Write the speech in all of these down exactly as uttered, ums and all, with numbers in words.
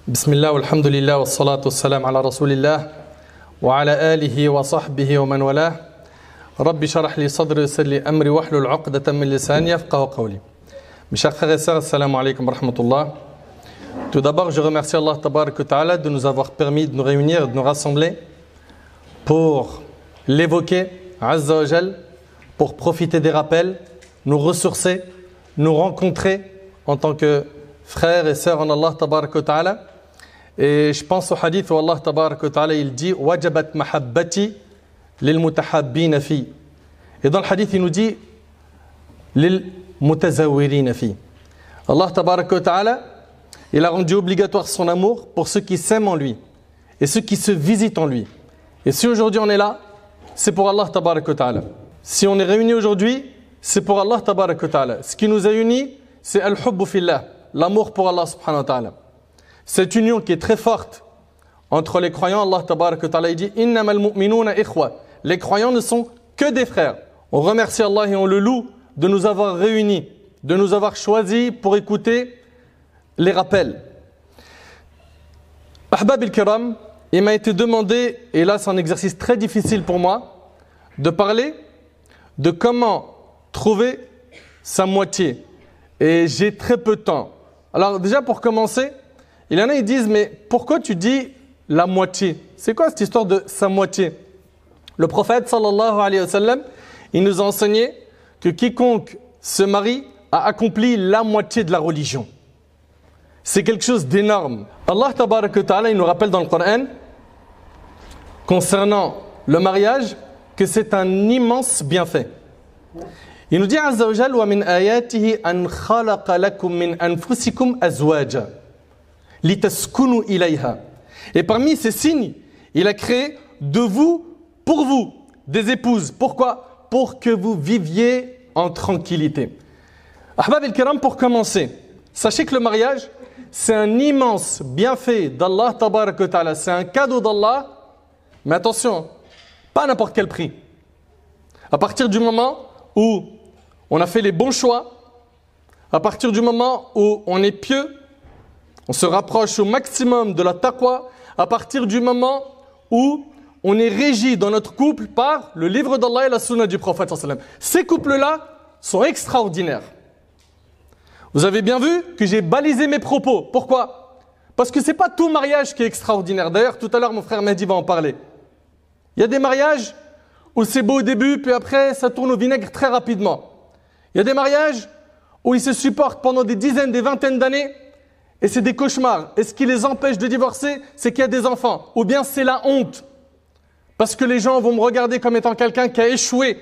بسم الله والحمد لله والصلاة والسلام على رسول الله وعلى آله وصحبه ومن والاه رب شرح لي صدري ويسر لي أمري واحلل عقدة من لساني يفقهوا قولي. Mes chers frères et sœurs, assalamu alaikum wa rahmatullah. Tout d'abord, je remercie Allah tabarak wa ta'ala de nous avoir permis de nous réunir, de nous rassembler pour l'évoquer, Azza wa Jal, pour profiter des rappels, nous ressourcer, nous rencontrer en tant que frères et sœurs en Allah tabarak wa ta'ala. Et je pense au hadith où Allah tabarak wa ta'ala il dit wajabat mahabbati lil mutahabbina fi. Et dans le hadith il nous dit lil mutazawwirina fi. Allah tabarak wa ta'ala il a rendu obligatoire son amour pour ceux qui s'aiment en lui et ceux qui se visitent en lui. Et si aujourd'hui on est là, c'est pour Allah tabarak wa ta'ala. Si on est réunis aujourd'hui, c'est pour Allah tabarak wa ta'ala. Ce qui nous a unis, c'est al-hubbu fillah, l'amour pour Allah subhanahu wa ta'ala. Cette union qui est très forte entre les croyants, Allah tabarak wa ta'ala dit innamal mu'minuna ikhwa. Les croyants ne sont que des frères. On remercie Allah et on le loue de nous avoir réunis, de nous avoir choisis pour écouter les rappels. Ahbab al-kiram, il m'a été demandé, et là c'est un exercice très difficile pour moi, de parler de comment trouver sa moitié. Et j'ai très peu de temps. Alors déjà pour commencer, il y en a qui disent mais pourquoi tu dis la moitié? C'est quoi cette histoire de sa moitié? Le prophète sallallahu alayhi wa sallam, il nous a enseigné que quiconque se marie a accompli la moitié de la religion. C'est quelque chose d'énorme. Allah tabarak wa ta'ala, il nous rappelle dans le Coran concernant le mariage que c'est un immense bienfait. Il nous dit Azza wa Jal wa min ayatihi an khalaqa lakum min anfusikum azwaja litaskunu ilayha. Et parmi ces signes, il a créé de vous, pour vous, des épouses. Pourquoi? Pour que vous viviez en tranquillité. Ahbab al-kiram, pour commencer, sachez que le mariage, c'est un immense bienfait d'Allah tabarak wa ta'ala. C'est un cadeau d'Allah, mais attention, pas à n'importe quel prix. À partir du moment où on a fait les bons choix, à partir du moment où on est pieux, on se rapproche au maximum de la taqwa, à partir du moment où on est régi dans notre couple par le livre d'Allah et la sunna du prophète sallallahu alayhi wa sallam. Ces couples-là sont extraordinaires. Vous avez bien vu que j'ai balisé mes propos. Pourquoi? Parce que ce n'est pas tout mariage qui est extraordinaire. D'ailleurs, tout à l'heure, mon frère Mehdi va en parler. Il y a des mariages où c'est beau au début, puis après, ça tourne au vinaigre très rapidement. Il y a des mariages où ils se supportent pendant des dizaines, des vingtaines d'années, et c'est des cauchemars. Et ce qui les empêche de divorcer, c'est qu'il y a des enfants. Ou bien c'est la honte. Parce que les gens vont me regarder comme étant quelqu'un qui a échoué.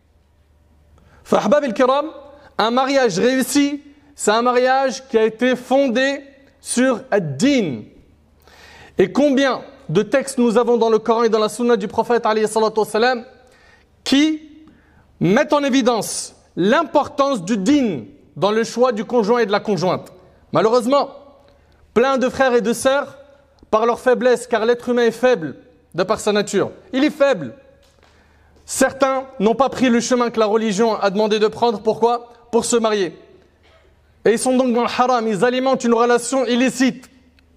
Fahbab al-kiram, un mariage réussi, c'est un mariage qui a été fondé sur ad-din. Et combien de textes nous avons dans le Coran et dans la sunna du prophète alayhi salatu wassalam qui mettent en évidence l'importance du din dans le choix du conjoint et de la conjointe. Malheureusement, plein de frères et de sœurs, par leur faiblesse, car l'être humain est faible de par sa nature, il est faible. Certains n'ont pas pris le chemin que la religion a demandé de prendre. Pourquoi? Pour se marier. Et ils sont donc dans le haram, ils alimentent une relation illicite.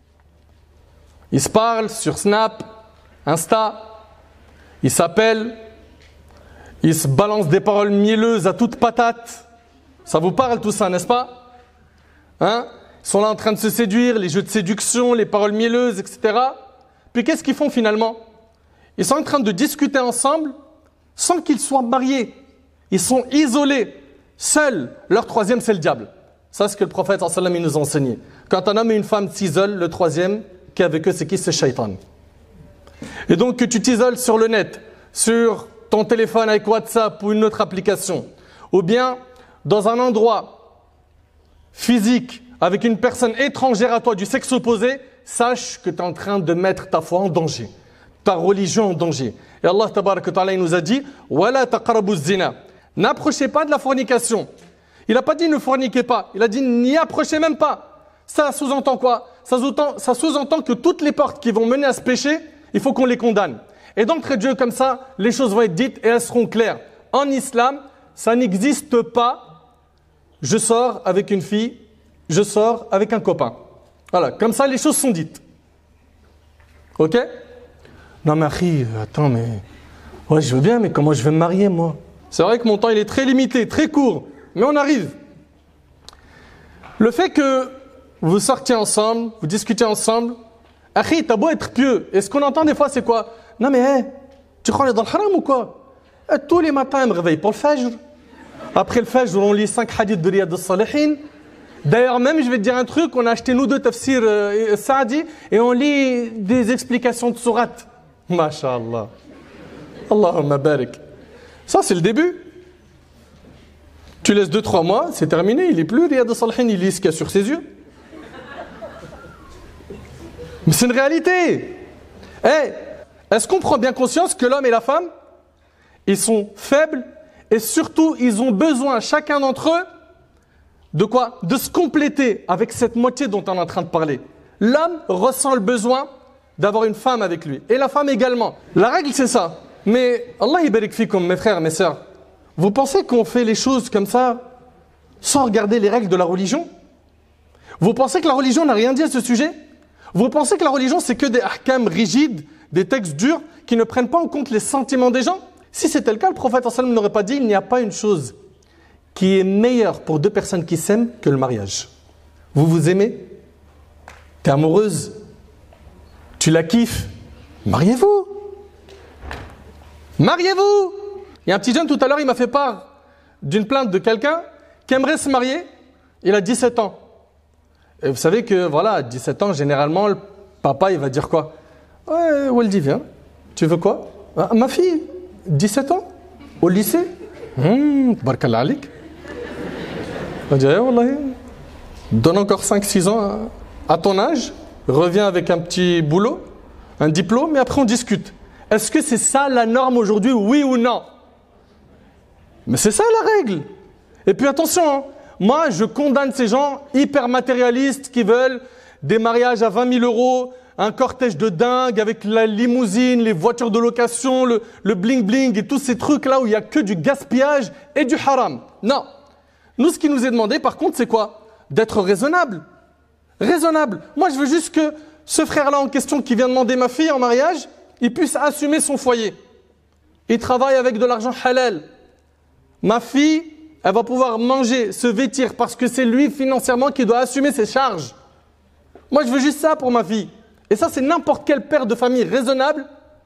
Ils se parlent sur Snap, Insta, ils s'appellent, ils se balancent des paroles mielleuses à toute patate. Ça vous parle tout ça, n'est-ce pas? Hein? Ils sont là en train de se séduire, les jeux de séduction, les paroles mielleuses, et cetera. Puis qu'est-ce qu'ils font finalement? Ils sont en train de discuter ensemble sans qu'ils soient mariés. Ils sont isolés, seuls. Leur troisième, c'est le diable. Ça, c'est ce que le prophète sallallahu alayhi wa sallam nous a enseigné. Quand un homme et une femme s'isolent, le troisième qui est avec eux, c'est qui? C'est Shaitan. Et donc que tu t'isoles sur le net, sur ton téléphone avec WhatsApp ou une autre application, ou bien dans un endroit physique avec une personne étrangère à toi du sexe opposé, sache que tu es en train de mettre ta foi en danger, ta religion en danger. Et Allah tabarak wa ta'ala nous a dit wala taqrabu zina. N'approchez pas de la fornication. Il n'a pas dit ne forniquez pas, il a dit n'y approchez même pas. Ça sous-entend quoi? Ça sous-entend, ça sous-entend que toutes les portes qui vont mener à ce péché, il faut qu'on les condamne. Et d'entrée de jeu comme ça, les choses vont être dites et elles seront claires. En islam, ça n'existe pas. Je sors avec une fille, je sors avec un copain. Voilà, comme ça les choses sont dites. Ok? Non mais Akhi, attends mais... Ouais, je veux bien, mais comment je vais me marier moi? C'est vrai que mon temps il est très limité, très court, mais on arrive. Le fait que vous sortiez ensemble, vous discutez ensemble, Akhi, t'as beau être pieux, et ce qu'on entend des fois c'est quoi? Non mais hey, tu crois qu'on est dans le haram ou quoi? Et tous les matins elle me réveille pour le fajr. Après le fajr, on lit cinq hadiths de Riyad al-Salihin. D'ailleurs même, je vais te dire un truc, on a acheté nous deux tafsir euh, Saadi, et on lit des explications de sourates. Masha'Allah. Allahumma barik. Ça c'est le début. Tu laisses deux trois mois, c'est terminé, il n'est plus Riyad al-Salihin, il lit ce qu'il y a sur ses yeux. Mais c'est une réalité. Hey, est-ce qu'on prend bien conscience que l'homme et la femme, ils sont faibles et surtout ils ont besoin chacun d'entre eux de quoi? De se compléter avec cette moitié dont on est en train de parler. L'homme ressent le besoin d'avoir une femme avec lui et la femme également. La règle c'est ça. Mais Allah yabarik fikum, mes frères, mes sœurs. Vous pensez qu'on fait les choses comme ça sans regarder les règles de la religion? Vous pensez que la religion n'a rien dit à ce sujet? Vous pensez que la religion c'est que des ahkam rigides, des textes durs qui ne prennent pas en compte les sentiments des gens? Si c'était le cas, le prophète sallallahu alayhi wa sallam n'aurait pas dit il n'y a pas une chose qui est meilleure pour deux personnes qui s'aiment que le mariage. Vous vous aimez? T'es amoureuse? Tu la kiffes? Mariez-vous! Mariez-vous! Il y a un petit jeune tout à l'heure, il m'a fait part d'une plainte de quelqu'un qui aimerait se marier. Il a dix-sept ans. Et vous savez que, voilà, à dix-sept ans, généralement, le papa, il va dire quoi? Ouais, Waldi, viens. Tu veux quoi? Ah, ma fille, dix-sept ans, au lycée. Hum, barkallah alik. On dirait, wallahi, donne encore cinq six ans à, à ton âge, reviens avec un petit boulot, un diplôme, et après on discute. Est-ce que c'est ça la norme aujourd'hui, oui ou non? Mais c'est ça la règle. Et puis attention, hein, moi je condamne ces gens hyper matérialistes qui veulent des mariages à vingt mille euros, un cortège de dingue avec la limousine, les voitures de location, le, le bling bling et tous ces trucs là où il n'y a que du gaspillage et du haram. Non. Nous ce qui nous est demandé par contre c'est quoi? D'être raisonnable. Raisonnable. Moi je veux juste que ce frère là en question qui vient demander ma fille en mariage, il puisse assumer son foyer. Il travaille avec de l'argent halal. Ma fille, elle va pouvoir manger, se vêtir parce que c'est lui financièrement qui doit assumer ses charges. Moi, je veux juste ça pour ma fille. Et ça, c'est n'importe quel père de famille raisonnable.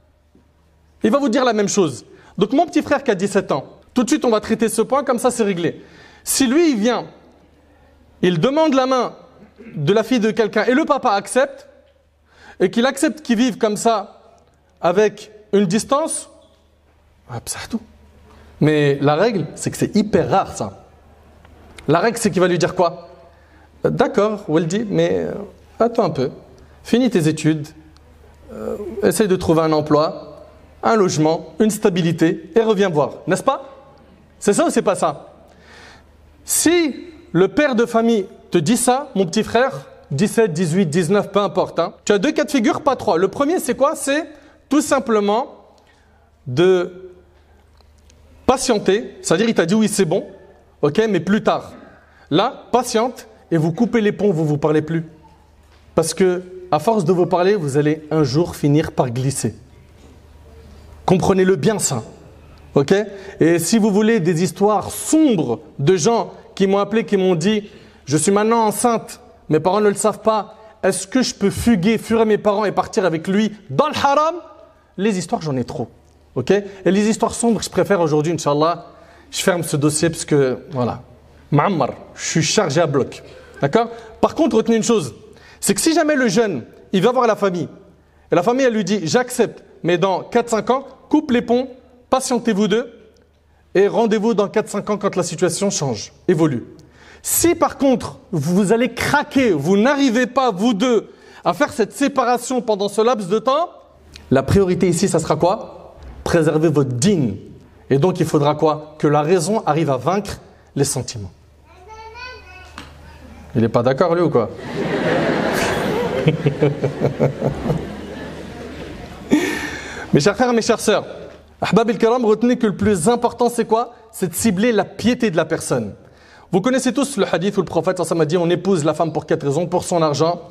Il va vous dire la même chose. Donc, mon petit frère qui a dix-sept ans, tout de suite, on va traiter ce point, comme ça, c'est réglé. Si lui, il vient, il demande la main de la fille de quelqu'un et le papa accepte, et qu'il accepte qu'ils vivent comme ça, avec une distance, c'est tout. Mais la règle, c'est que c'est hyper rare ça. La règle, c'est qu'il va lui dire quoi? D'accord, Waldi, mais attends un peu. Finis tes études, euh, essaye de trouver un emploi, un logement, une stabilité, et reviens voir. N'est-ce pas? C'est ça ou c'est pas ça? Si le père de famille te dit ça, mon petit frère, dix-sept, dix-huit, dix-neuf, peu importe, hein, tu as deux cas de figure, pas trois. Le premier, c'est quoi? C'est tout simplement de patienter, c'est-à-dire il t'a dit oui c'est bon, ok, mais plus tard. Là, patiente et vous coupez les ponts, vous ne vous parlez plus. Parce que à force de vous parler, vous allez un jour finir par glisser. Comprenez-le bien ça, ok? Et si vous voulez des histoires sombres de gens qui m'ont appelé, qui m'ont dit je suis maintenant enceinte, mes parents ne le savent pas, est-ce que je peux fuguer, fuir mes parents et partir avec lui dans le haram? Les histoires, j'en ai trop. Ok? Et les histoires sombres, je préfère aujourd'hui, Inch'Allah, je ferme ce dossier parce que, voilà, Ma'ammar, je suis chargé à bloc. D'accord? Par contre, retenez une chose, c'est que si jamais le jeune, il va voir la famille, et la famille, elle lui dit, j'accepte, mais dans quatre cinq ans, coupe les ponts, patientez-vous deux, et rendez-vous dans quatre cinq ans quand la situation change, évolue. Si par contre, vous allez craquer, vous n'arrivez pas, vous deux, à faire cette séparation pendant ce laps de temps, la priorité ici, ça sera quoi? Préserver votre dîn. Et donc, il faudra quoi? Que la raison arrive à vaincre les sentiments. Il n'est pas d'accord, lui, ou quoi? Mes chers frères, mes chères sœurs, Ahbab el-Kiram, retenez que le plus important, c'est quoi? C'est de cibler la piété de la personne. Vous connaissez tous le hadith où le prophète, ça m'a dit, on épouse la femme pour quatre raisons, pour son argent,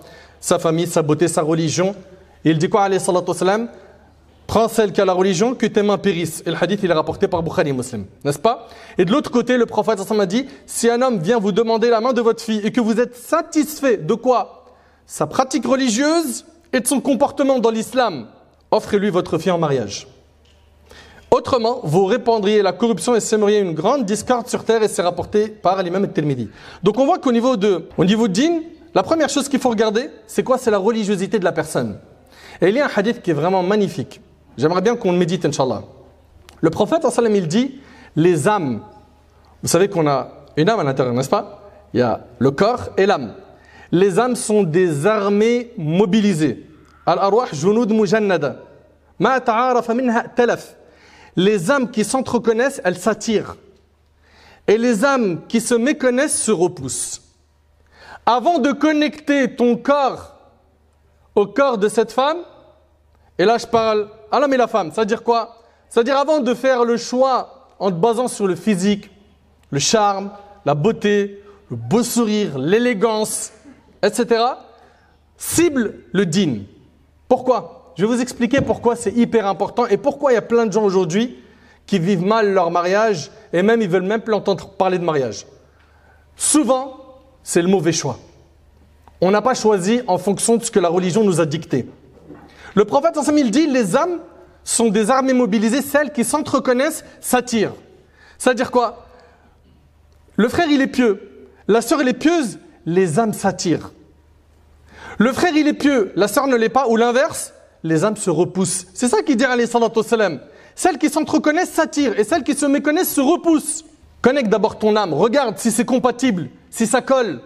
sa famille, sa beauté, sa religion. Et il dit quoi, alayhi salatu wassalam? Prends celle qui a la religion, que tes mains périssent. Et le hadith, il est rapporté par Bukhari et Muslim, n'est-ce pas? Et de l'autre côté, le prophète sallallahu alayhi wa sallam a dit, si un homme vient vous demander la main de votre fille et que vous êtes satisfait de quoi? Sa pratique religieuse et de son comportement dans l'islam, offrez-lui votre fille en mariage. Autrement, vous répandriez la corruption et sèmeriez une grande discorde sur terre, et c'est rapporté par l'imam al-Tirmidhi. Donc on voit qu'au niveau de, au niveau de din, la première chose qu'il faut regarder, c'est quoi? C'est la religiosité de la personne. Et il y a un hadith qui est vraiment magnifique. J'aimerais bien qu'on le médite, Inch'Allah. Le prophète, sallallahu alayhi wa sallam, il dit, les âmes, vous savez qu'on a une âme à l'intérieur, n'est-ce pas? Il y a le corps et l'âme. Les âmes sont des armées mobilisées. Al-arwah junud mujannada. Ma ta'arafa minha talaf. Les âmes qui s'entreconnaissent, elles s'attirent. Et les âmes qui se méconnaissent se repoussent. Avant de connecter ton corps au corps de cette femme, et là je parle à l'homme et la femme, c'est-à-dire quoi? C'est-à-dire avant de faire le choix en te basant sur le physique, le charme, la beauté, le beau sourire, l'élégance, et cetera, cible le din. Pourquoi? Je vais vous expliquer pourquoi c'est hyper important et pourquoi il y a plein de gens aujourd'hui qui vivent mal leur mariage et même ils veulent même plus entendre parler de mariage. Souvent, c'est le mauvais choix. On n'a pas choisi en fonction de ce que la religion nous a dicté. Le prophète sallallahu alayhi wa sallam, il dit, les âmes sont des armées mobilisées, celles qui s'entreconnaissent s'attirent. C'est-à-dire quoi? Le frère, il est pieux. La sœur, elle est pieuse. Les âmes s'attirent. Le frère, il est pieux. La sœur ne l'est pas. Ou l'inverse, les âmes se repoussent. C'est ça qu'il dit, alayhi salatu wassalam. Celles qui s'entreconnaissent s'attirent. Et celles qui se méconnaissent se repoussent. Connecte d'abord ton âme. Regarde si c'est compatible, si ça colle.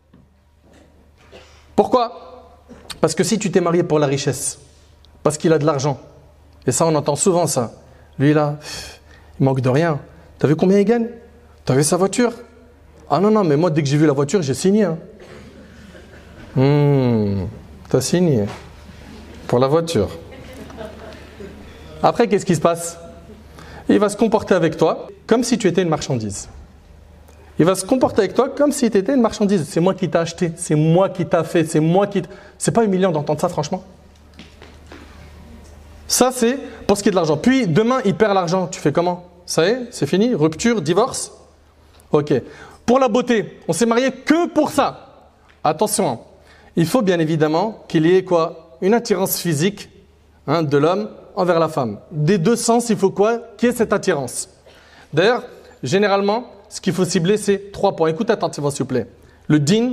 Pourquoi? Parce que si tu t'es marié pour la richesse, parce qu'il a de l'argent, et ça on entend souvent ça, lui là, il manque de rien. T'as vu combien il gagne? T'as vu sa voiture? Ah non non, mais moi dès que j'ai vu la voiture, j'ai signé. Hein. Hmm, t'as signé pour la voiture. Après, qu'est-ce qui se passe? Il va se comporter avec toi comme si tu étais une marchandise. Il va se comporter avec toi comme si tu étais une marchandise. C'est moi qui t'ai acheté, c'est moi qui t'ai fait, c'est moi qui... C'est pas humiliant d'entendre ça, franchement. Ça, c'est pour ce qui est de l'argent. Puis, demain, il perd l'argent. Tu fais comment? Ça y est, c'est fini? Rupture, divorce? Ok. Pour la beauté, on s'est marié que pour ça. Attention, il faut bien évidemment qu'il y ait quoi? Une attirance physique hein, de l'homme envers la femme. Des deux sens, il faut quoi? Qu'il y ait cette attirance. D'ailleurs, généralement, ce qu'il faut cibler, c'est trois points. Écoute attentivement, s'il vous plaît. Le din,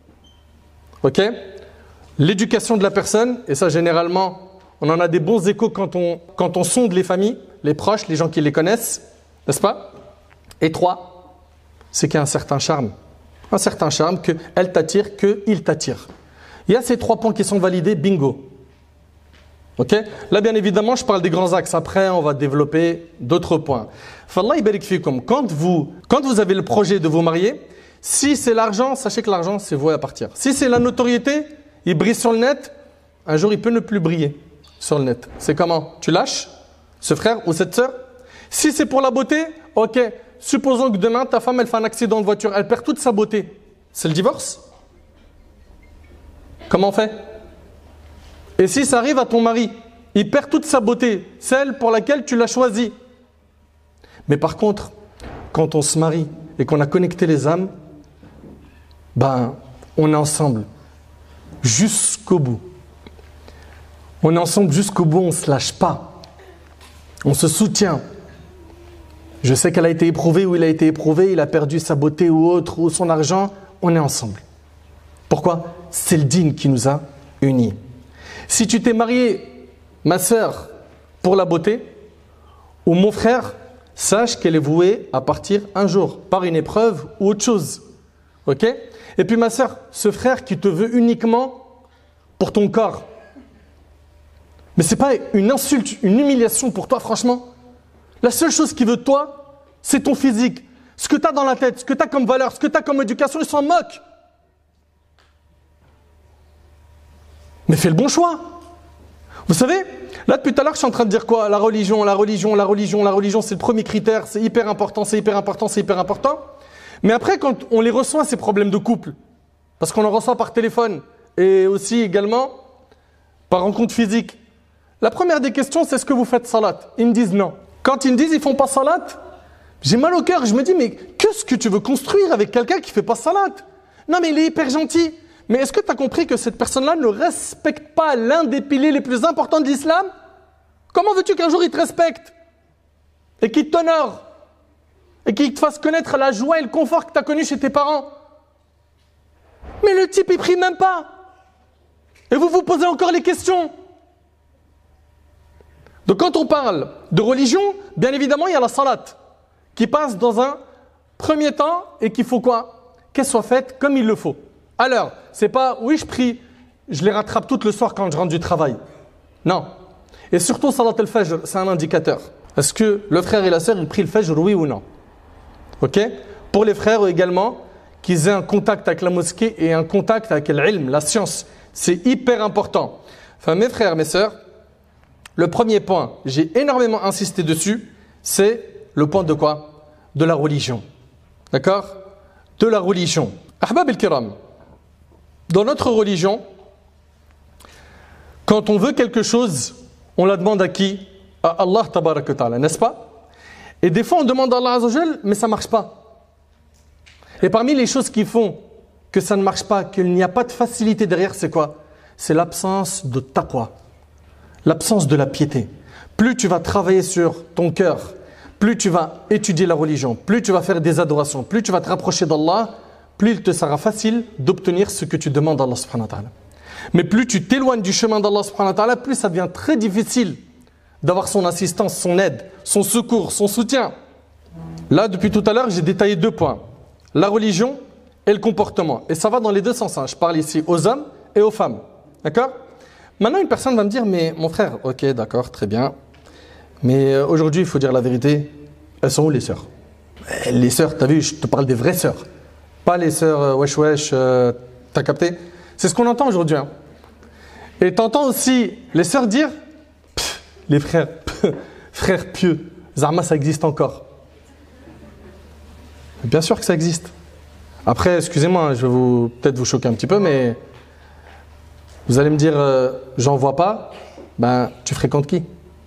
ok? L'éducation de la personne, et ça, généralement, on en a des bons échos quand on, quand on sonde les familles, les proches, les gens qui les connaissent, n'est-ce pas? Et trois, c'est qu'il y a un certain charme. Un certain charme, qu'elle t'attire, qu'il t'attire. Il y a ces trois points qui sont validés, bingo. Ok? Là, bien évidemment, je parle des grands axes. Après, on va développer d'autres points. Fallah ibarik fikum. Quand vous, quand vous avez le projet de vous marier, si c'est l'argent, sachez que l'argent, c'est voué à partir. Si c'est la notoriété, il brille sur le net, un jour, il peut ne plus briller sur le net. C'est comment? Tu lâches ce frère ou cette sœur? Si c'est pour la beauté, ok. Supposons que demain, ta femme, elle fait un accident de voiture, elle perd toute sa beauté. C'est le divorce? Comment on fait? Et si ça arrive à ton mari, il perd toute sa beauté, celle pour laquelle tu l'as choisi. Mais par contre, quand on se marie et qu'on a connecté les âmes, ben, on est ensemble jusqu'au bout. On est ensemble jusqu'au bout, on ne se lâche pas. On se soutient. Je sais qu'elle a été éprouvée ou il a été éprouvé, il a perdu sa beauté ou autre, ou son argent, on est ensemble. Pourquoi? C'est le din qui nous a unis. Si tu t'es marié, ma sœur, pour la beauté, ou mon frère, sache qu'elle est vouée à partir un jour, par une épreuve ou autre chose. Ok? Et puis ma sœur, ce frère qui te veut uniquement pour ton corps. Mais ce n'est pas une insulte, une humiliation pour toi, franchement. La seule chose qu'il veut de toi, c'est ton physique. Ce que tu as dans la tête, ce que tu as comme valeur, ce que tu as comme éducation, il s'en moque. Mais fais le bon choix. Vous savez, là depuis tout à l'heure, je suis en train de dire quoi? La religion, la religion, la religion, la religion, c'est le premier critère, c'est hyper important, c'est hyper important, c'est hyper important. Mais après, quand on les reçoit, ces problèmes de couple, parce qu'on en reçoit par téléphone, et aussi également par rencontre physique. La première des questions, c'est est-ce que vous faites salat? Ils me disent non. Quand ils me disent ils font pas salat, j'ai mal au cœur. Je me dis, mais qu'est-ce que tu veux construire avec quelqu'un qui fait pas salat? Non, mais il est hyper gentil. Mais est-ce que tu as compris que cette personne-là ne respecte pas l'un des piliers les plus importants de l'islam? Comment veux-tu qu'un jour il te respecte et qu'il t'honore et qu'il te fasse connaître la joie et le confort que tu as connu chez tes parents? Mais le type, il prie même pas. Et vous vous posez encore les questions. Donc quand on parle de religion, bien évidemment, il y a la salat qui passe dans un premier temps et qu'il faut quoi? Qu'elle soit faite comme il le faut. Alors, c'est pas, oui, je prie, je les rattrape toutes le soir quand je rentre du travail. Non. Et surtout, salat al-fajr, c'est un indicateur. Est-ce que le frère et la sœur, ils prient le fajr, oui ou non? Ok? Pour les frères également, qu'ils aient un contact avec la mosquée et un contact avec l'ilm, la science. C'est hyper important. Enfin, mes frères, mes sœurs, le premier point, j'ai énormément insisté dessus, c'est le point de quoi? De la religion. D'accord? De la religion. Ahbab al-kiram, dans notre religion, quand on veut quelque chose, on la demande à qui? À Allah tabaraka ta'ala, n'est-ce pas? Et des fois on demande à Allah azza wa jal, mais ça ne marche pas. Et parmi les choses qui font que ça ne marche pas, qu'il n'y a pas de facilité derrière, c'est quoi? C'est l'absence de taqwa, l'absence de la piété. Plus tu vas travailler sur ton cœur, plus tu vas étudier la religion, plus tu vas faire des adorations, plus tu vas te rapprocher d'Allah, plus il te sera facile d'obtenir ce que tu demandes à Allah subhanahu wa ta'ala. Mais plus tu t'éloignes du chemin d'Allah subhanahu wa ta'ala, plus ça devient très difficile d'avoir son assistance, son aide, son secours, son soutien. Là, depuis tout à l'heure, j'ai détaillé deux points. La religion et le comportement. Et ça va dans les deux sens. Hein. Je parle ici aux hommes et aux femmes. D'accord? Maintenant, une personne va me dire, mais mon frère, ok, d'accord, très bien. Mais euh, aujourd'hui, il faut dire la vérité. Elles sont où les sœurs? Les sœurs, t'as vu, je te parle des vraies sœurs. Pas les sœurs euh, wesh wesh, euh, t'as capté? C'est ce qu'on entend aujourd'hui. Hein. Et t'entends aussi les sœurs dire, les frères, pff, frères pieux, Zama, ça existe encore. Bien sûr que ça existe. Après, excusez-moi, je vais vous peut-être vous choquer un petit peu, mais vous allez me dire, euh, j'en vois pas, ben tu fréquentes qui?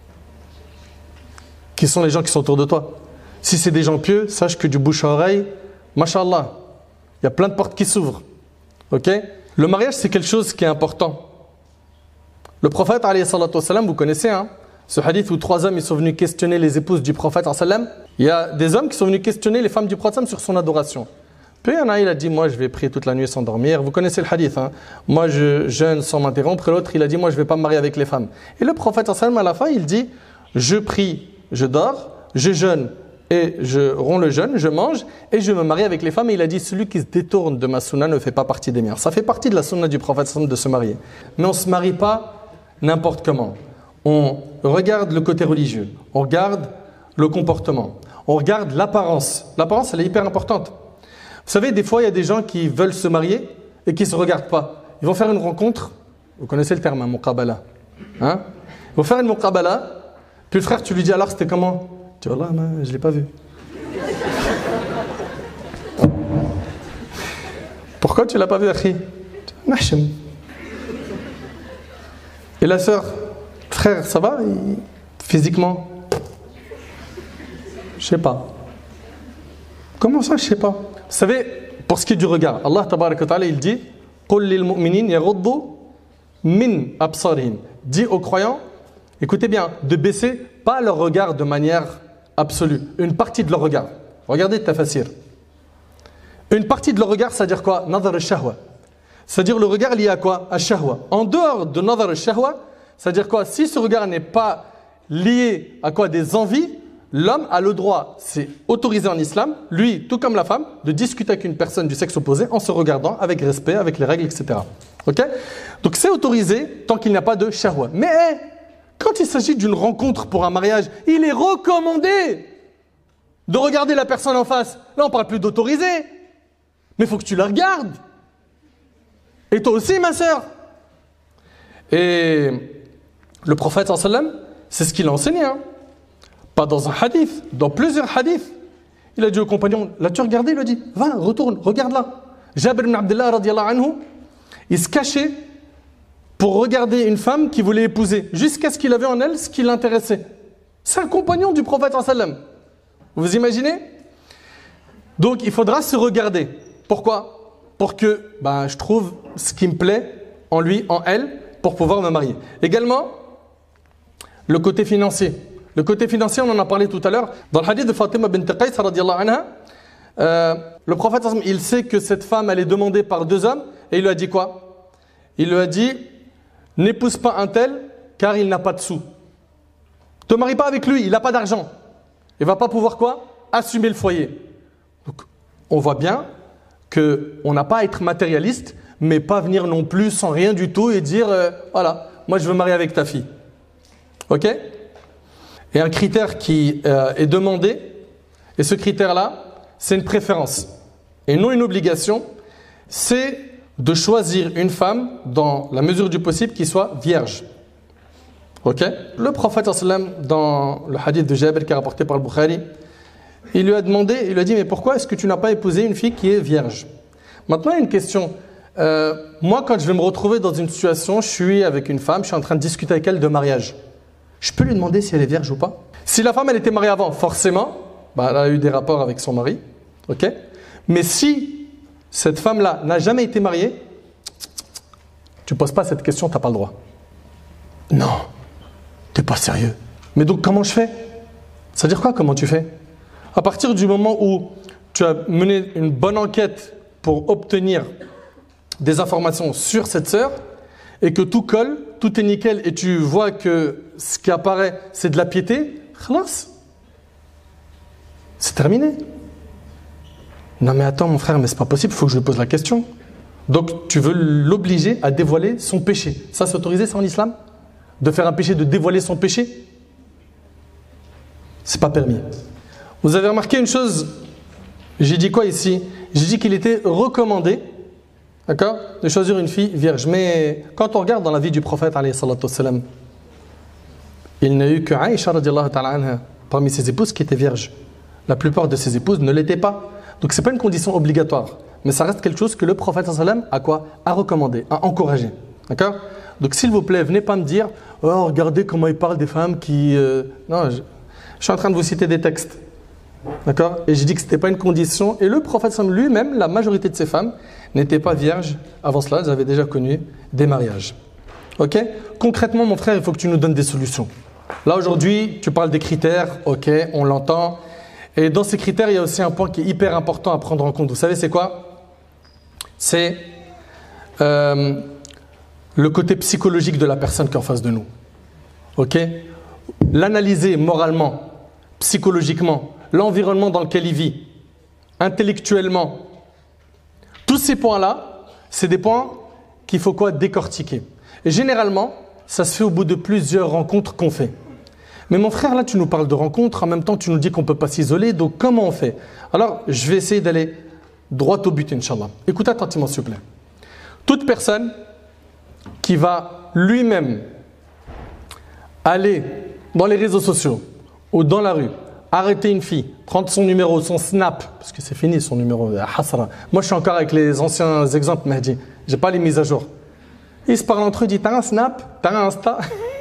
Qui sont les gens qui sont autour de toi? Si c'est des gens pieux, sache que du bouche à oreille, mashallah, il y a plein de portes qui s'ouvrent. Ok? Le mariage, c'est quelque chose qui est important. Le prophète, alayhi salatu wassalam, vous connaissez, hein, ce hadith où trois hommes ils sont venus questionner les épouses du prophète, sallam. Il y a des hommes qui sont venus questionner les femmes du prophète sur son adoration. Puis il y en a, il a dit, moi je vais prier toute la nuit sans dormir. Vous connaissez le hadith, hein? Moi je jeûne sans m'interrompre. Et l'autre, il a dit, moi je ne vais pas me marier avec les femmes. Et le prophète, sallam, à la fin, il dit, je prie, je dors, je jeûne et je romps le jeûne, je mange et je me marie avec les femmes. Et il a dit, celui qui se détourne de ma sunna ne fait pas partie des miens. Ça fait partie de la sunna du prophète sallam de se marier. Mais on ne se marie pas n'importe comment. On regarde le côté religieux, on regarde le comportement, on regarde l'apparence. L'apparence, elle est hyper importante. Vous savez, des fois, il y a des gens qui veulent se marier et qui ne se regardent pas. Ils vont faire une rencontre, vous connaissez le terme, hein, muqabala. Hein? Ils vont faire une muqabala, puis le frère, tu lui dis alors c'était comment? Tu dis, Allah, je ne l'ai pas vu. Pourquoi tu ne l'as pas vu, Akhi? Et la sœur, frère, ça va il... physiquement? Je sais pas. Comment ça, je sais pas? Vous savez, pour ce qui est du regard, Allah tabaraka wa ta'ala, il dit قُلْ لِلْمُؤْمِنِينَ يَغُضُّوا مِنْ أَبْصَارِهِمْ. Dis aux croyants, écoutez bien, de baisser pas leur regard de manière absolue, une partie de leur regard. Regardez Tafassir. Une partie de leur regard, c'est-à-dire quoi? Nadar al-shahwa. C'est-à-dire le regard lié à quoi? À shahwa. En dehors de nadar al-shahwa, c'est-à-dire quoi? Si ce regard n'est pas lié à quoi? Des envies, l'homme a le droit, c'est autorisé en islam, lui, tout comme la femme, de discuter avec une personne du sexe opposé en se regardant avec respect, avec les règles, et cetera. Ok? Donc c'est autorisé tant qu'il n'y a pas de shahwa. Mais quand il s'agit d'une rencontre pour un mariage, il est recommandé de regarder la personne en face. Là, on ne parle plus d'autoriser, mais il faut que tu la regardes. Et toi aussi, ma sœur. Et le prophète, sallallahu alayhi wa sallam, c'est ce qu'il a enseigné. Hein. Pas dans un hadith, dans plusieurs hadiths. Il a dit au compagnon, l'as-tu regardé? Il lui a dit, va, retourne, regarde là. Jabir ibn Abdullah, radiyallahu anhu, il se cachait pour regarder une femme qu'il voulait épouser, jusqu'à ce qu'il avait en elle ce qui l'intéressait. C'est un compagnon du prophète sallam. Vous imaginez? Donc il faudra se regarder. Pourquoi? Pour que ben, je trouve ce qui me plaît en lui, en elle, pour pouvoir me marier. Également, le côté financier. Le côté financier, on en a parlé tout à l'heure. Dans le hadith de Fatima bint Qais, radiyallahu anha, euh, le prophète, il sait que cette femme, elle est demandée par deux hommes, et il lui a dit quoi? Il lui a dit, n'épouse pas un tel, car il n'a pas de sous. Ne te marie pas avec lui, il n'a pas d'argent. Il ne va pas pouvoir quoi? Assumer le foyer. Donc, on voit bien qu'on n'a pas à être matérialiste, mais pas venir non plus sans rien du tout et dire, euh, voilà, moi je veux marier avec ta fille. Ok? Et un critère qui euh, est demandé, et ce critère-là, c'est une préférence et non une obligation, c'est de choisir une femme dans la mesure du possible qui soit vierge. Ok? Le prophète sallam, dans le hadith de Jabir qui est rapporté par le Bukhari, il lui a demandé, il lui a dit, mais pourquoi est-ce que tu n'as pas épousé une fille qui est vierge? Maintenant, il y a une question. Euh, moi, quand je vais me retrouver dans une situation, je suis avec une femme, je suis en train de discuter avec elle de mariage. Je peux lui demander si elle est vierge ou pas? Si la femme, elle était mariée avant, forcément, bah, elle a eu des rapports avec son mari. Ok? Mais si cette femme-là n'a jamais été mariée, tu ne poses pas cette question, tu n'as pas le droit. Non, tu n'es pas sérieux. Mais donc, comment je fais? Ça veut dire quoi, comment tu fais? À partir du moment où tu as mené une bonne enquête pour obtenir des informations sur cette sœur et que tout colle, tout est nickel et tu vois que ce qui apparaît c'est de la piété, khalas, c'est terminé. Non mais attends mon frère, mais c'est pas possible, il faut que je lui pose la question. Donc tu veux l'obliger à dévoiler son péché. Ça c'est autorisé ça en islam? De faire un péché, de dévoiler son péché? C'est pas permis. Vous avez remarqué une chose? J'ai dit quoi ici? J'ai dit qu'il était recommandé, d'accord, de choisir une fille vierge. Mais quand on regarde dans la vie du prophète, alayhi salatu wassalam, il n'a eu que Aïcha radiallahu ta'ala anha parmi ses épouses qui étaient vierges. La plupart de ses épouses ne l'étaient pas. Donc ce n'est pas une condition obligatoire. Mais ça reste quelque chose que le prophète sallam a quoi? A recommandé, a encouragé. D'accord? Donc s'il vous plaît, venez pas me dire oh regardez comment il parle des femmes qui... Euh... Non, je... je suis en train de vous citer des textes. D'accord? Et j'ai dit que ce n'était pas une condition. Et le prophète lui-même, la majorité de ces femmes n'étaient pas vierges. Avant cela, elles avaient déjà connu des mariages. Ok? Concrètement, mon frère, il faut que tu nous donnes des solutions. Là, aujourd'hui, tu parles des critères. Ok, on l'entend. Et dans ces critères, il y a aussi un point qui est hyper important à prendre en compte. Vous savez, c'est quoi? C'est euh, le côté psychologique de la personne qui est en face de nous. Ok? L'analyser moralement, psychologiquement, l'environnement dans lequel il vit, intellectuellement. Tous ces points-là, c'est des points qu'il faut quoi décortiquer. Et généralement, ça se fait au bout de plusieurs rencontres qu'on fait. Mais mon frère, là, tu nous parles de rencontres, en même temps, tu nous dis qu'on ne peut pas s'isoler, donc comment on fait? Alors, je vais essayer d'aller droit au but, Inch'Allah. Écoutez attentivement, s'il vous plaît. Toute personne qui va lui-même aller dans les réseaux sociaux ou dans la rue, arrêter une fille, prendre son numéro, son snap, parce que c'est fini son numéro, hasra. Moi je suis encore avec les anciens exemples, Mahdi, j'ai pas les mises à jour. Ils se parlent entre eux, ils disent t'as un snap, t'as un Insta.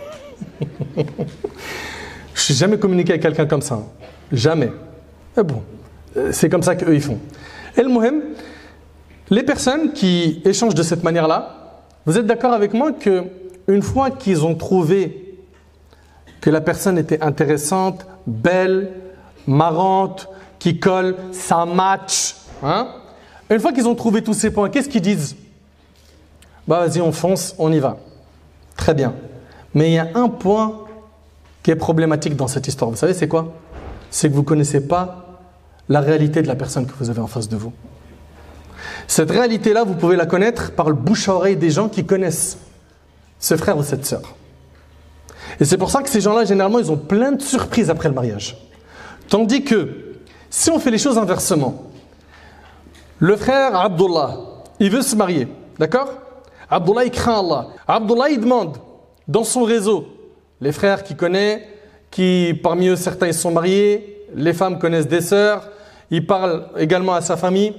Je n'ai jamais communiqué avec quelqu'un comme ça, hein. Jamais. Mais bon, c'est comme ça qu'eux ils font. Et le muhim, les personnes qui échangent de cette manière-là, vous êtes d'accord avec moi que une fois qu'ils ont trouvé que la personne était intéressante, belle, marrante, qui colle, ça match. Hein? Une fois qu'ils ont trouvé tous ces points, qu'est-ce qu'ils disent? Bah vas-y, on fonce, on y va. Très bien. Mais il y a un point qui est problématique dans cette histoire. Vous savez, c'est quoi? C'est que vous ne connaissez pas la réalité de la personne que vous avez en face de vous. Cette réalité-là, vous pouvez la connaître par le bouche à oreille des gens qui connaissent ce frère ou cette sœur. Et c'est pour ça que ces gens-là, généralement, ils ont plein de surprises après le mariage. Tandis que, si on fait les choses inversement, le frère Abdullah, il veut se marier, d'accord? Abdullah, il craint Allah. Abdullah, il demande, dans son réseau, les frères qu'il connaît, qui, parmi eux, certains, ils sont mariés, les femmes connaissent des sœurs, il parle également à sa famille.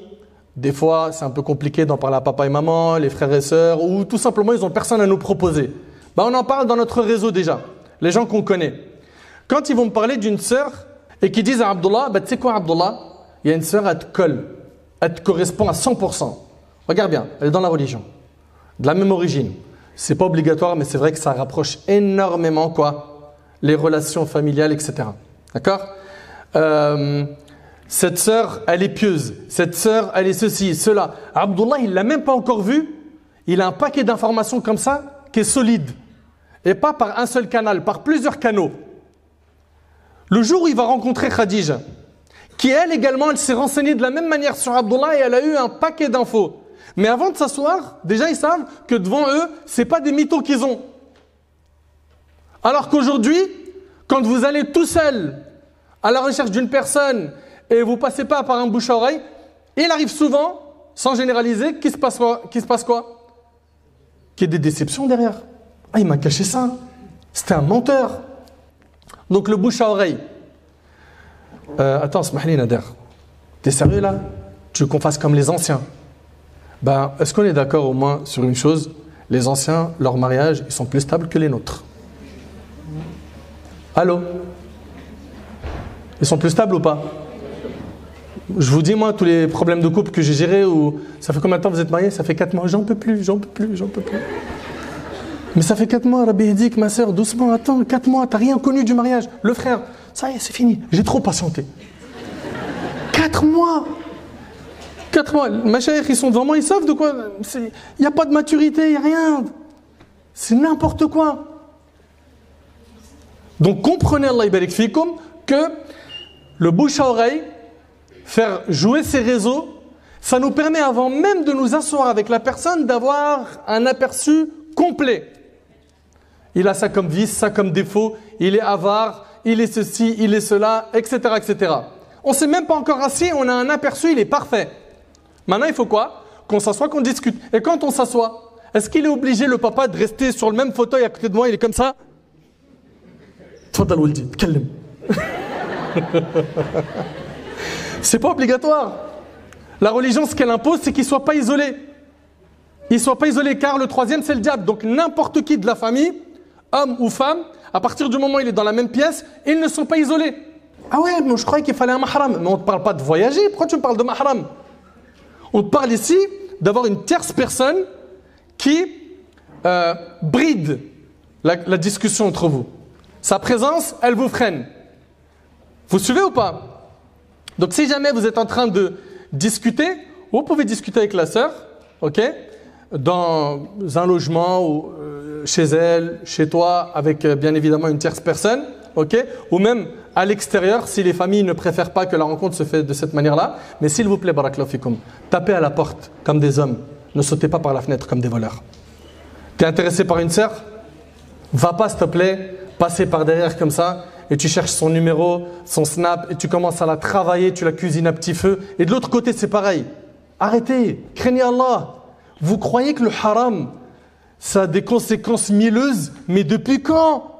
Des fois, c'est un peu compliqué d'en parler à papa et maman, les frères et sœurs, ou tout simplement, ils n'ont personne à nous proposer. Bah, on en parle dans notre réseau déjà, les gens qu'on connaît. Quand ils vont me parler d'une sœur et qu'ils disent à Abdullah, bah, tu sais quoi Abdullah, il y a une sœur, elle te colle, elle te correspond à cent pour cent. Regarde bien, elle est dans la religion, de la même origine. C'est pas obligatoire, mais c'est vrai que ça rapproche énormément quoi, les relations familiales, et cetera. D'accord euh, Cette sœur, elle est pieuse. Cette sœur, elle est ceci, cela. Abdullah, il l'a même pas encore vue. Il a un paquet d'informations comme ça qui est solide. Et pas par un seul canal, par plusieurs canaux. Le jour où il va rencontrer Khadija, qui elle également, elle s'est renseignée de la même manière sur Abdullah et elle a eu un paquet d'infos. Mais avant de s'asseoir, déjà ils savent que devant eux, c'est pas des mythos qu'ils ont. Alors qu'aujourd'hui, quand vous allez tout seul à la recherche d'une personne et vous passez pas par un bouche à oreille, il arrive souvent, sans généraliser, qu'il se passe quoi, qu'il se passe quoi qu'il y ait des déceptions derrière. Ah, il m'a caché ça. C'était un menteur. Donc le bouche à oreille. Euh, attends, Smahli Nader. T'es sérieux là? Tu veux qu'on fasse comme les anciens? Ben, est-ce qu'on est d'accord au moins sur une chose? Les anciens, leur mariage, ils sont plus stables que les nôtres. Allô? Ils sont plus stables ou pas? Je vous dis, moi, tous les problèmes de couple que j'ai gérés, où ça fait combien de temps vous êtes mariés? Ça fait quatre mois. J'en peux plus, j'en peux plus, j'en peux plus. Mais ça fait quatre mois, Rabbi Hidik, ma soeur, doucement, attends, quatre mois, t'as rien connu du mariage. Le frère, ça y est, c'est fini. J'ai trop patienté. Quatre mois! Quatre mois. Ma chère, ils sont devant moi, ils savent de quoi. Il n'y a pas de maturité, il n'y a rien. C'est n'importe quoi. Donc comprenez, Allah yabarik fikum, que le bouche à oreille, faire jouer ces réseaux, ça nous permet avant même de nous asseoir avec la personne d'avoir un aperçu complet. Il a ça comme vice, ça comme défaut, il est avare, il est ceci, il est cela, et cetera, et cetera. On ne s'est même pas encore assis, on a un aperçu, il est parfait. Maintenant, il faut quoi? Qu'on s'assoie, qu'on discute. Et quand on s'assoit, est-ce qu'il est obligé, le papa, de rester sur le même fauteuil à côté de moi? Il est comme ça. Tfadal Waldi, tkallim. C'est pas obligatoire. La religion, ce qu'elle impose, c'est qu'il ne soit pas isolé. Il ne soit pas isolé, car le troisième, c'est le diable. Donc n'importe qui de la famille, homme ou femme, à partir du moment où il est dans la même pièce, ils ne sont pas isolés. Ah ouais, mais je croyais qu'il fallait un mahram. Mais on ne te parle pas de voyager. Pourquoi tu me parles de mahram? On te parle ici d'avoir une tierce personne qui euh, bride la, la discussion entre vous. Sa présence, elle vous freine. Vous suivez ou pas? Donc si jamais vous êtes en train de discuter, vous pouvez discuter avec la sœur, ok, dans un logement ou euh, chez elle, chez toi, avec euh, bien évidemment une tierce personne, ok, ou même à l'extérieur si les familles ne préfèrent pas que la rencontre se fait de cette manière-là. Mais s'il vous plaît, barakallahu fikum, tapez à la porte comme des hommes, ne sautez pas par la fenêtre comme des voleurs. Tu es intéressé par une sœur? Va pas, s'il te plaît, passer par derrière comme ça et tu cherches son numéro, son snap et tu commences à la travailler, tu la cuisines à petit feu. Et de l'autre côté, c'est pareil. Arrêtez, craignez Allah. Vous croyez que le haram, ça a des conséquences milleuses, mais depuis quand?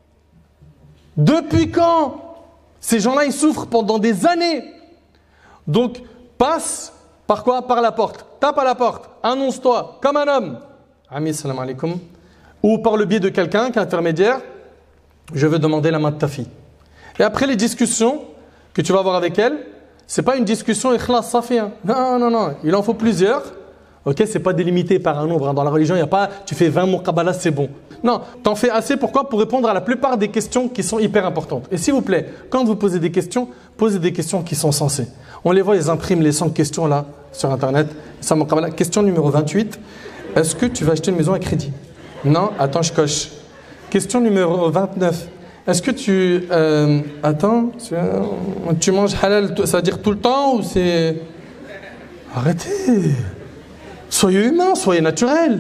Depuis quand? Ces gens-là, ils souffrent pendant des années. Donc, passe par quoi? Par la porte. Tape à la porte. Annonce-toi comme un homme. Ami, salam alaikum. Ou par le biais de quelqu'un qui est intermédiaire. Je veux demander la main de ta fille. Et après les discussions que tu vas avoir avec elle, c'est pas une discussion ikhlas safi. Hein. Non, non, non. Il en faut plusieurs. Ok, c'est pas délimité par un nombre. Hein. Dans la religion, il n'y a pas tu fais vingt muqabalas, c'est bon. Non, t'en fais assez. Pourquoi? Pour répondre à la plupart des questions qui sont hyper importantes. Et s'il vous plaît, quand vous posez des questions, posez des questions qui sont sensées. On les voit, ils impriment les cent questions là sur Internet. Ça, muqabala. Question numéro vingt-huit. Est-ce que tu vas acheter une maison à crédit? Non, attends, je coche. Question numéro vingt-neuf. Est-ce que tu... Euh, attends, tu, tu manges halal, ça veut dire tout le temps ou c'est... Arrêtez. Soyez humain, soyez naturel.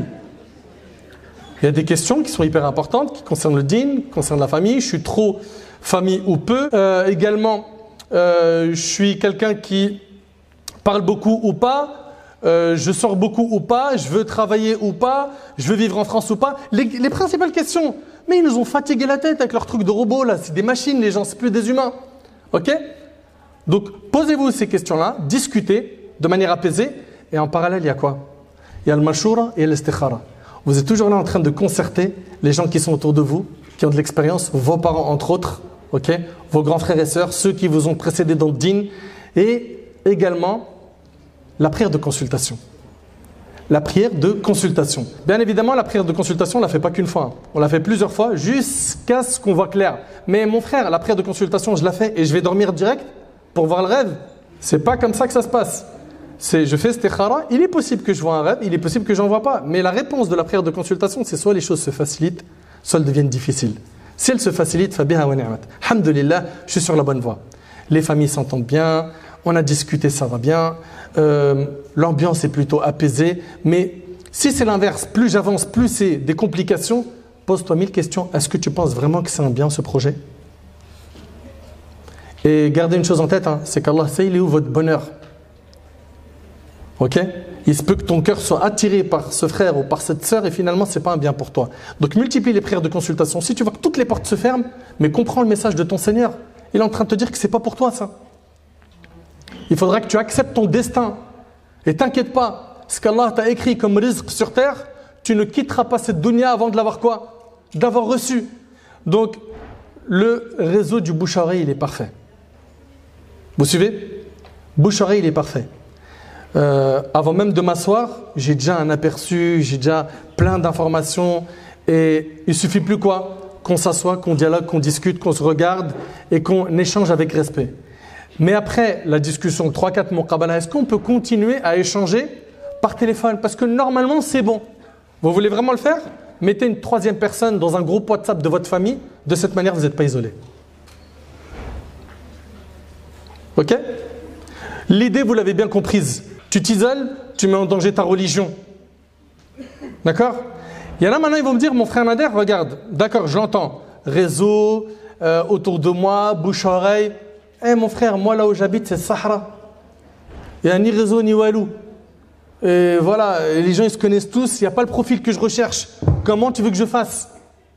Il y a des questions qui sont hyper importantes, qui concernent le dîn, qui concernent la famille. Je suis trop famille ou peu. Euh, également, euh, je suis quelqu'un qui parle beaucoup ou pas. Euh, je sors beaucoup ou pas. Je veux travailler ou pas. Je veux vivre en France ou pas. Les, les principales questions. Mais ils nous ont fatigué la tête avec leurs trucs de robots là. C'est des machines, les gens, c'est plus des humains. Ok? Donc, posez-vous ces questions-là, discutez de manière apaisée. Et en parallèle, il y a quoi? Il y a le mashura et l'istikhara. Vous êtes toujours là en train de concerter les gens qui sont autour de vous, qui ont de l'expérience, vos parents entre autres, okay, vos grands frères et sœurs, ceux qui vous ont précédé dans le dîn, et également la prière de consultation. La prière de consultation. Bien évidemment, la prière de consultation, on ne la fait pas qu'une fois. On la fait plusieurs fois jusqu'à ce qu'on voit clair. Mais mon frère, la prière de consultation, je la fais et je vais dormir direct pour voir le rêve. C'est pas comme ça que ça se passe. C'est je fais istikhara, il est possible que je vois un rêve, il est possible que j'en vois pas. Mais la réponse de la prière de consultation, c'est soit les choses se facilitent, soit elles deviennent difficiles. Si elles se facilitent, fabiha wa ni'mat. Alhamdulillah, je suis sur la bonne voie. Les familles s'entendent bien, on a discuté, ça va bien. Euh, l'ambiance est plutôt apaisée, mais si c'est l'inverse, plus j'avance, plus c'est des complications, pose-toi mille questions. Est-ce que tu penses vraiment que c'est un bien ce projet? Et gardez une chose en tête, hein, c'est qu'Allah sait il est où votre bonheur. Ok? Il se peut que ton cœur soit attiré par ce frère ou par cette sœur et finalement c'est pas un bien pour toi. Donc multiplie les prières de consultation. Si tu vois que toutes les portes se ferment, mais comprends le message de ton Seigneur. Il est en train de te dire que c'est pas pour toi ça. Il faudra que tu acceptes ton destin. Et t'inquiète pas, ce qu'Allah t'a écrit comme rizq sur terre, tu ne quitteras pas cette dunya avant de l'avoir quoi? D'avoir reçu. Donc, le réseau du bouche-oreille, il est parfait. Vous suivez? Bouche-oreille, il est parfait. Euh, avant même de m'asseoir, j'ai déjà un aperçu, j'ai déjà plein d'informations. Et il suffit plus quoi? Qu'on s'assoie, qu'on dialogue, qu'on discute, qu'on se regarde et qu'on échange avec respect. Mais après la discussion trois quatre muqabala, est-ce qu'on peut continuer à échanger par téléphone? Parce que normalement c'est bon. Vous voulez vraiment le faire? Mettez une troisième personne dans un groupe WhatsApp de votre famille. De cette manière, vous n'êtes pas isolé. Ok? L'idée, vous l'avez bien comprise. Tu t'isoles, tu mets en danger ta religion. D'accord? Il y en a maintenant, ils vont me dire, mon frère Nader, regarde, d'accord, je l'entends. Réseau, euh, autour de moi, bouche-oreille. Eh mon frère, moi là où j'habite, c'est le Sahara. Il n'y a ni réseau ni walou. Et voilà, les gens ils se connaissent tous, il n'y a pas le profil que je recherche. Comment tu veux que je fasse?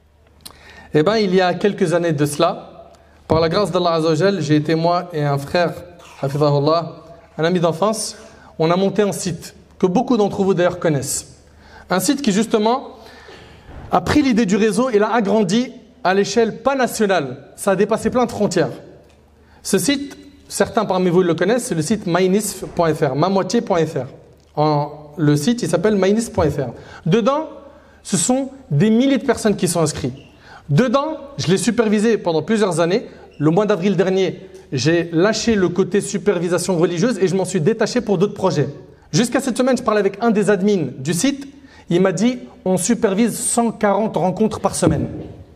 Eh bien, il y a quelques années de cela, par la grâce d'Allah Azza wa Jal, j'ai été moi et un frère, Hafidahullah, un ami d'enfance, on a monté un site que beaucoup d'entre vous d'ailleurs connaissent. Un site qui justement a pris l'idée du réseau et l'a agrandi à l'échelle pas nationale. Ça a dépassé plein de frontières. Ce site, certains parmi vous le connaissent, c'est le site mynisf point f r, mamoitié point f r. En, le site, il s'appelle mynisf point f r. Dedans, ce sont des milliers de personnes qui sont inscrites. Dedans, je l'ai supervisé pendant plusieurs années. Le mois d'avril dernier, j'ai lâché le côté supervision religieuse et je m'en suis détaché pour d'autres projets. Jusqu'à cette semaine, je parlais avec un des admins du site. Il m'a dit, on supervise cent quarante rencontres par semaine.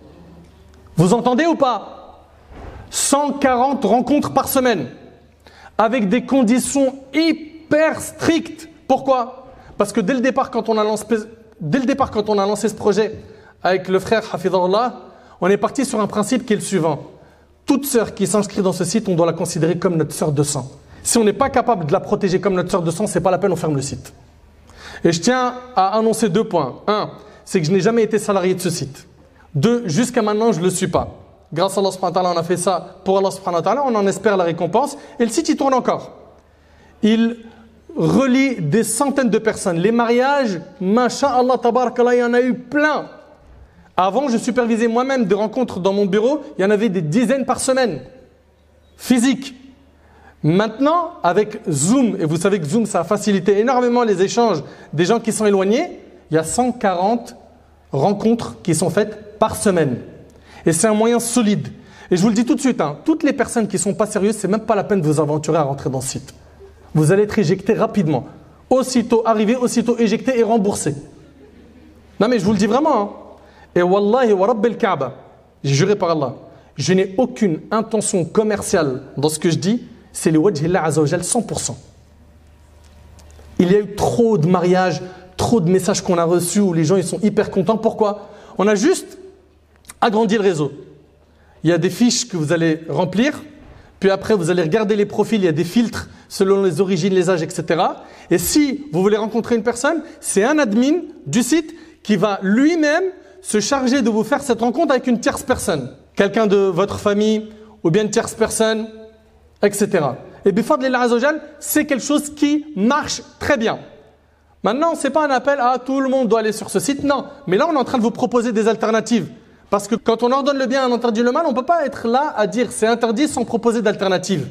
Vous entendez ou pas ? cent quarante rencontres par semaine, avec des conditions hyper strictes. Pourquoi? Parce que dès le départ, quand on a lancé, dès le départ, quand on a lancé ce projet avec le frère Hafidahullah, on est parti sur un principe qui est le suivant. Toute sœur qui s'inscrit dans ce site, on doit la considérer comme notre sœur de sang. Si on n'est pas capable de la protéger comme notre sœur de sang, c'est pas la peine, on ferme le site. Et je tiens à annoncer deux points. Un, c'est que je n'ai jamais été salarié de ce site. Deux, jusqu'à maintenant, je ne le suis pas. Grâce à Allah subhanahu wa ta'ala, on a fait ça pour Allah subhanahu wa ta'ala, on en espère la récompense. Et le site, il tourne encore. Il relie des centaines de personnes. Les mariages, masha'Allah, tabarakallah, il y en a eu plein. Avant, je supervisais moi-même des rencontres dans mon bureau. Il y en avait des dizaines par semaine. Physique. Maintenant, avec Zoom, et vous savez que Zoom, ça a facilité énormément les échanges des gens qui sont éloignés, il y a cent quarante rencontres qui sont faites par semaine. Et c'est un moyen solide. Et je vous le dis tout de suite, hein, toutes les personnes qui ne sont pas sérieuses, c'est même pas la peine de vous aventurer à rentrer dans ce site. Vous allez être éjecté rapidement. Aussitôt arrivé, aussitôt éjecté et remboursé. Non mais je vous le dis vraiment. Hein. Et wallahi wa rabbil Kaaba, j'ai juré par Allah, je n'ai aucune intention commerciale dans ce que je dis, c'est le wajhillah azza wa jal cent pour cent. Il y a eu trop de mariages, trop de messages qu'on a reçus où les gens ils sont hyper contents. Pourquoi? On a juste agrandi le réseau. Il y a des fiches que vous allez remplir, puis après vous allez regarder les profils, il y a des filtres selon les origines, les âges, et cetera. Et si vous voulez rencontrer une personne, c'est un admin du site qui va lui-même se charger de vous faire cette rencontre avec une tierce personne. Quelqu'un de votre famille ou bien une tierce personne, et cetera. Et bifadlillah azza wa jal, c'est quelque chose qui marche très bien. Maintenant, ce n'est pas un appel à tout le monde doit aller sur ce site, non. Mais là, on est en train de vous proposer des alternatives. Parce que quand on ordonne le bien et on interdit le mal, on ne peut pas être là à dire c'est interdit sans proposer d'alternatives.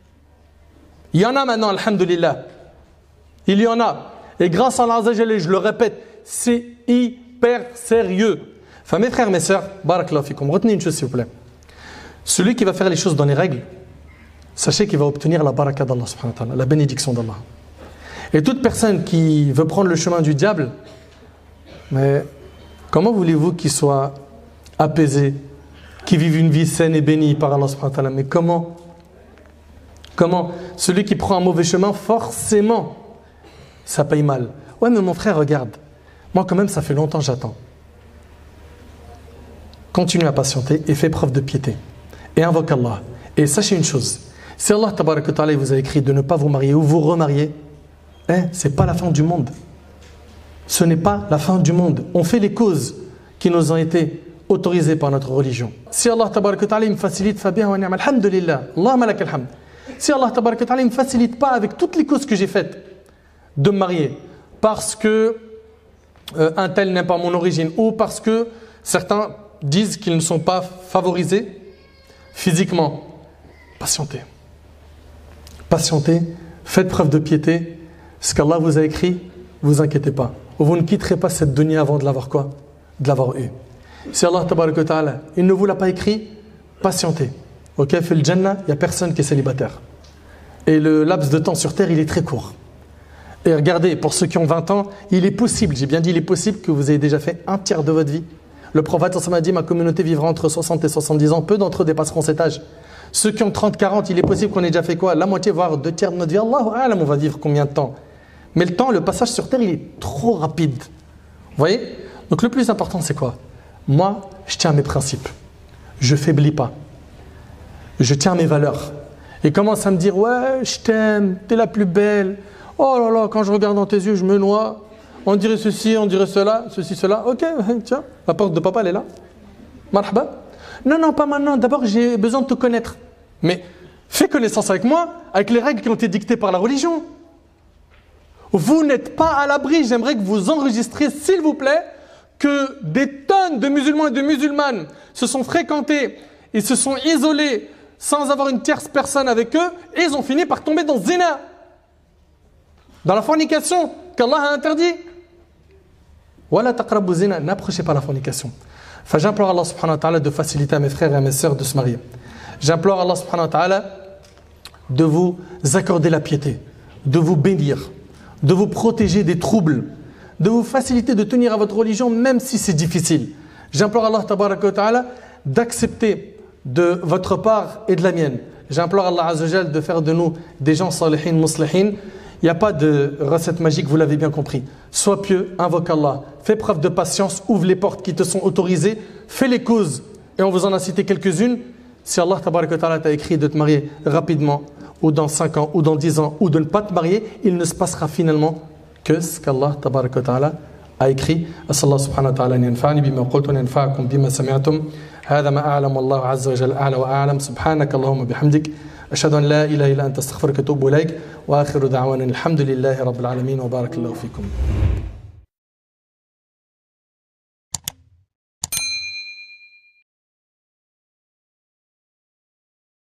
Il y en a maintenant, alhamdulillah. Il y en a. Et grâce à Allah azza wa jal, je le répète, c'est hyper sérieux. Enfin, mes frères, mes sœurs, barakallahu fikum, retenez une chose s'il vous plaît. Celui qui va faire les choses dans les règles, sachez qu'il va obtenir la baraka d'Allah subhanahu wa ta'ala, la bénédiction d'Allah. Et toute personne qui veut prendre le chemin du diable, mais comment voulez-vous qu'il soit apaisé, qu'il vive une vie saine et bénie par Allah subhanahu wa ta'ala? Mais comment Comment Celui qui prend un mauvais chemin, forcément, ça paye mal. Ouais, mais mon frère, regarde, moi quand même, ça fait longtemps que j'attends. Continue à patienter et fais preuve de piété. Et invoque Allah. Et sachez une chose, si Allah tabaraka wa ta'ala vous a écrit de ne pas vous marier ou vous remarier, hein, ce n'est pas la fin du monde. Ce n'est pas la fin du monde. On fait les causes qui nous ont été autorisées par notre religion. Si Allah tabaraka wa ta'ala me facilite, fa biha wa ni'ma, alhamdulillah, Allahumma lakal hamd. Si Allah tabaraka wa ta'ala ne me facilite pas avec toutes les causes que j'ai faites de me marier, parce que euh, un tel n'aime pas mon origine, ou parce que certains disent qu'ils ne sont pas favorisés physiquement, patientez. Patientez, faites preuve de piété. Ce qu'Allah vous a écrit, vous inquiétez pas. Vous ne quitterez pas cette dunya avant de l'avoir quoi? De l'avoir eu. Si Allah tabaraka wa ta'ala, il ne vous l'a pas écrit, patientez. Ok, fait le Jannah, il n'y a personne qui est célibataire. Et le laps de temps sur terre, il est très court. Et regardez, pour ceux qui ont vingt ans, il est possible, j'ai bien dit, il est possible que vous ayez déjà fait un tiers de votre vie. Le prophète a dit, ma communauté vivra entre soixante et soixante-dix ans, peu d'entre eux dépasseront cet âge. Ceux qui ont trente quarante, il est possible qu'on ait déjà fait quoi? La moitié, voire deux tiers de notre vie. Allahu a'lam, on va vivre combien de temps? Mais le temps, le passage sur terre, il est trop rapide. Vous voyez? Donc le plus important, c'est quoi? Moi, je tiens à mes principes. Je ne faiblis pas. Je tiens à mes valeurs. Et commence à me dire, ouais, je t'aime, t'es la plus belle. Oh là là, quand je regarde dans tes yeux, je me noie. On dirait ceci, on dirait cela, ceci, cela. Ok, tiens, la porte de papa, elle est là. Marhaba. Non, non, pas maintenant. D'abord, j'ai besoin de te connaître. Mais fais connaissance avec moi, avec les règles qui ont été dictées par la religion. Vous n'êtes pas à l'abri. J'aimerais que vous enregistriez, s'il vous plaît, que des tonnes de musulmans et de musulmanes se sont fréquentés, ils se sont isolés sans avoir une tierce personne avec eux, et ils ont fini par tomber dans le zina, dans la fornication qu'Allah a interdit. Wala taqrabu zina, n'approchez pas la fornication. Enfin, j'implore Allah subhanahu wa ta'ala de faciliter à mes frères et à mes sœurs de se marier. J'implore Allah subhanahu wa ta'ala de vous accorder la piété, de vous bénir, de vous protéger des troubles, de vous faciliter de tenir à votre religion même si c'est difficile. J'implore Allah tabaraka wa ta'ala d'accepter de votre part et de la mienne. J'implore Allah azza wa jal de faire de nous des gens salihin, muslihin. Il n'y a pas de recette magique, vous l'avez bien compris. Sois pieux, invoque Allah, fais preuve de patience, ouvre les portes qui te sont autorisées, fais les causes, et on vous en a cité quelques-unes. Si Allah tabaraka wa ta'ala t'a écrit de te marier rapidement, ou dans cinq ans, ou dans dix ans, ou de ne pas te marier, il ne se passera finalement que ce qu'Allah tabaraka wa ta'ala a écrit. As'Allah subhanahu wa ta'ala an yanfa'ani bima qultu wa yanfa'akum bima sami'tum. هذا ما أعلم والله عز وجل أعلى وأعلم سبحانك اللهم بحمدك أشهد أن لا إله إلا أنت أستغفرك وأتوب إليك وآخر دعوانا الحمد لله رب العالمين وبارك الله فيكم.